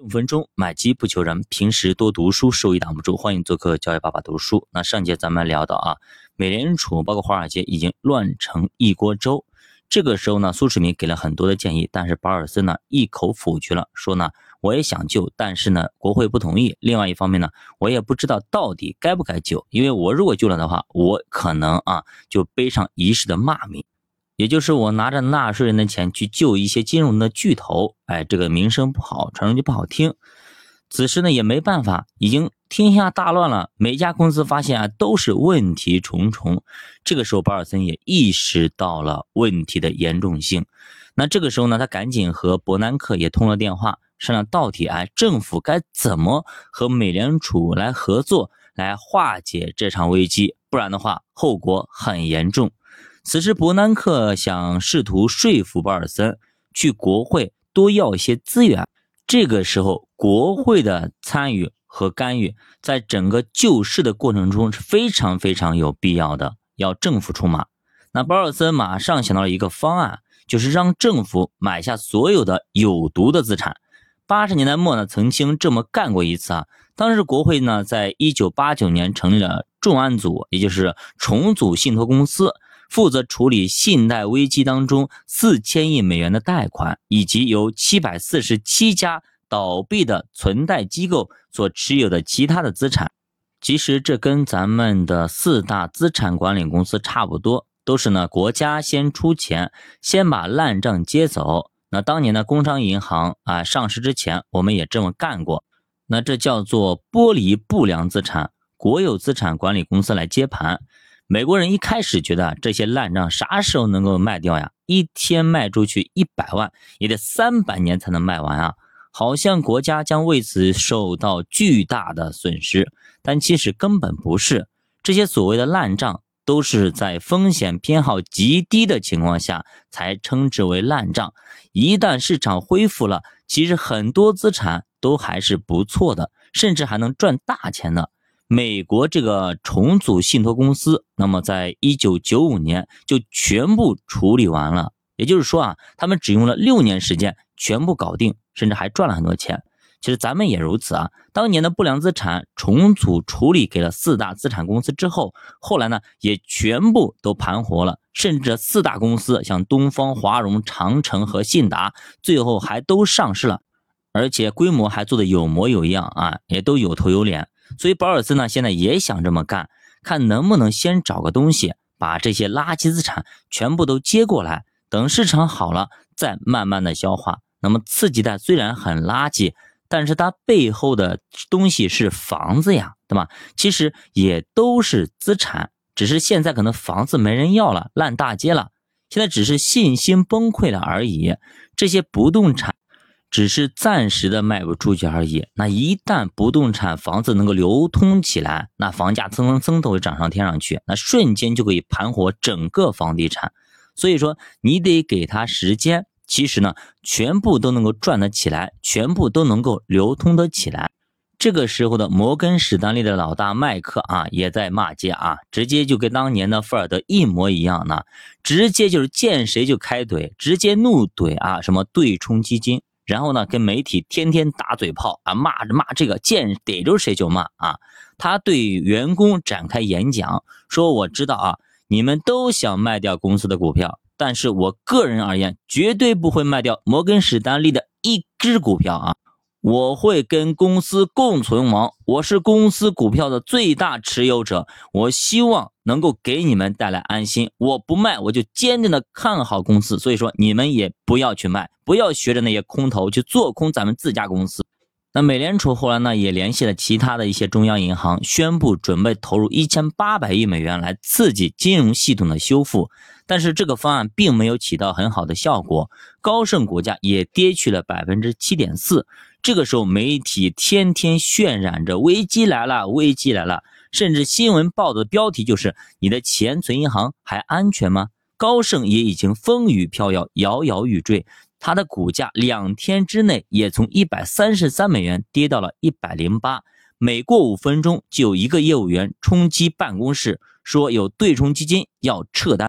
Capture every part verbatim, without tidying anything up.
五分钟买基不求人，平时多读书，收益挡不住。欢迎做客教育爸爸读书。那上节咱们聊到啊，美联储包括华尔街已经乱成一锅粥。这个时候呢，苏世民给了很多的建议，但是保尔森呢一口否决了，说呢我也想救，但是呢国会不同意。另外一方面呢，我也不知道到底该不该救，因为我如果救了的话，我可能啊就背上一世的骂名。也就是我拿着纳税人的钱去救一些金融的巨头，哎，这个名声不好，传出去不好听。此时呢也没办法，已经天下大乱了，每家公司发现啊都是问题重重。这个时候保尔森也意识到了问题的严重性。那这个时候呢，他赶紧和伯南克也通了电话，商量到底哎政府该怎么和美联储来合作，来化解这场危机，不然的话后果很严重。此时伯南克想试图说服保尔森去国会多要一些资源，这个时候国会的参与和干预在整个救市的过程中是非常非常有必要的，要政府出马。那保尔森马上想到了一个方案，就是让政府买下所有的有毒的资产。八十年代末呢曾经这么干过一次啊，当时国会呢在一九八九年成立了重案组，也就是重组信托公司，负责处理信贷危机当中四千亿美元的贷款，以及由七百四十七家倒闭的存贷机构所持有的其他的资产。其实这跟咱们的四大资产管理公司差不多，都是呢国家先出钱，先把烂账接走。那当年的工商银行啊上市之前，我们也这么干过。那这叫做剥离不良资产，国有资产管理公司来接盘。美国人一开始觉得这些烂账啥时候能够卖掉呀？一天卖出去一百万，也得三百年才能卖完啊！好像国家将为此受到巨大的损失，但其实根本不是。这些所谓的烂账都是在风险偏好极低的情况下才称之为烂账，一旦市场恢复了，其实很多资产都还是不错的，甚至还能赚大钱的。美国这个重组信托公司，那么在一九九五年就全部处理完了，也就是说啊，他们只用了六年时间全部搞定，甚至还赚了很多钱。其实咱们也如此啊，当年的不良资产重组处理给了四大资产公司之后，后来呢也全部都盘活了，甚至四大公司像东方、华融、长城和信达最后还都上市了，而且规模还做得有模有样啊，也都有头有脸。所以保尔森呢现在也想这么干，看能不能先找个东西把这些垃圾资产全部都接过来，等市场好了再慢慢的消化。那么次级贷虽然很垃圾，但是它背后的东西是房子呀，对吧？其实也都是资产，只是现在可能房子没人要了，烂大街了，现在只是信心崩溃了而已。这些不动产只是暂时的卖不出去而已，那一旦不动产房子能够流通起来，那房价蹭蹭蹭都会涨上天上去，那瞬间就可以盘活整个房地产。所以说你得给它时间，其实呢全部都能够赚得起来，全部都能够流通得起来。这个时候的摩根史丹利的老大麦克啊也在骂街啊，直接就跟当年的富尔德一模一样呢，直接就是见谁就开怼，直接怒怼啊什么对冲基金，然后呢跟媒体天天打嘴炮啊，骂着骂这个，见逮着谁就骂啊。他对员工展开演讲，说我知道啊你们都想卖掉公司的股票，但是我个人而言绝对不会卖掉摩根史丹利的一只股票啊，我会跟公司共存亡，我是公司股票的最大持有者，我希望能够给你们带来安心，我不卖我就坚定的看好公司，所以说你们也不要去卖，不要学着那些空头去做空咱们自家公司。那美联储后来呢也联系了其他的一些中央银行，宣布准备投入一千八百亿美元来刺激金融系统的修复，但是这个方案并没有起到很好的效果，高盛股价也跌去了 百分之七点四。 这个时候媒体天天渲染着危机来了危机来了，甚至新闻报的标题就是你的钱存银行还安全吗？高盛也已经风雨飘摇，摇摇欲坠，它的股价两天之内也从一百三十三美元跌到了一百零八。每过五分钟就有一个业务员冲击办公室，说有对冲基金要撤单。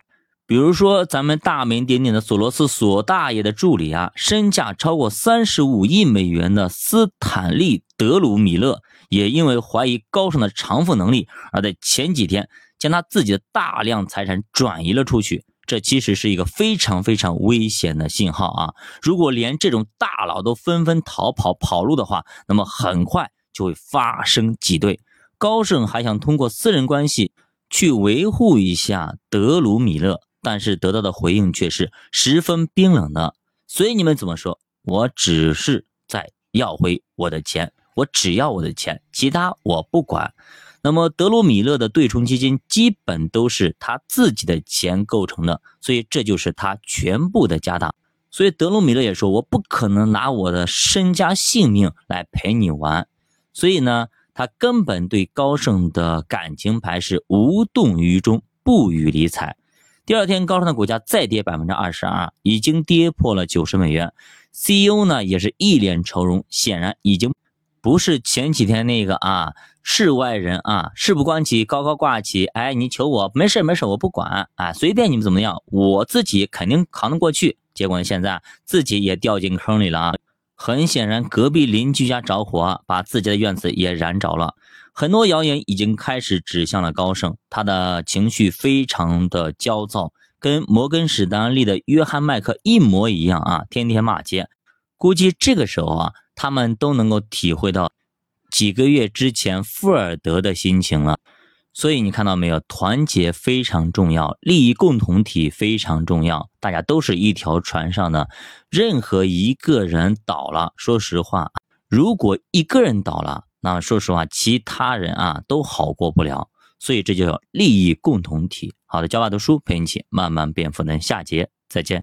比如说咱们大名鼎鼎的索罗斯索大爷的助理啊，身价超过三十五亿美元的斯坦利·德鲁米勒，也因为怀疑高盛的偿付能力，而在前几天将他自己的大量财产转移了出去。这其实是一个非常非常危险的信号啊！如果连这种大佬都纷纷逃跑跑路的话，那么很快就会发生挤兑。高盛还想通过私人关系去维护一下德鲁米勒，但是得到的回应却是十分冰冷的。所以你们怎么说？我只是在要回我的钱，我只要我的钱，其他我不管。那么德鲁米勒的对冲基金基本都是他自己的钱构成的，所以这就是他全部的家当。所以德鲁米勒也说，我不可能拿我的身家性命来陪你玩。所以呢，他根本对高盛的感情牌是无动于衷，不予理睬。第二天高盛的股价再跌 百分之二十二， 已经跌破了九十美元。 C E O 呢也是一脸愁容，显然已经不是前几天那个啊世外人啊，事不关己高高挂起，哎，你求我没事没事我不管啊，随便你们怎么样，我自己肯定扛得过去。结果现在自己也掉进坑里了啊！很显然隔壁邻居家着火，把自己的院子也燃着了。很多谣言已经开始指向了高盛，他的情绪非常的焦躁，跟摩根史丹利的约翰麦克一模一样啊，天天骂街。估计这个时候啊，他们都能够体会到几个月之前富尔德的心情了。所以你看到没有，团结非常重要，利益共同体非常重要，大家都是一条船上的。任何一个人倒了，说实话，如果一个人倒了，那说实话其他人啊都好过不了。所以这就叫利益共同体。好的，教爸读书陪你一起慢慢变富，咱下节再见。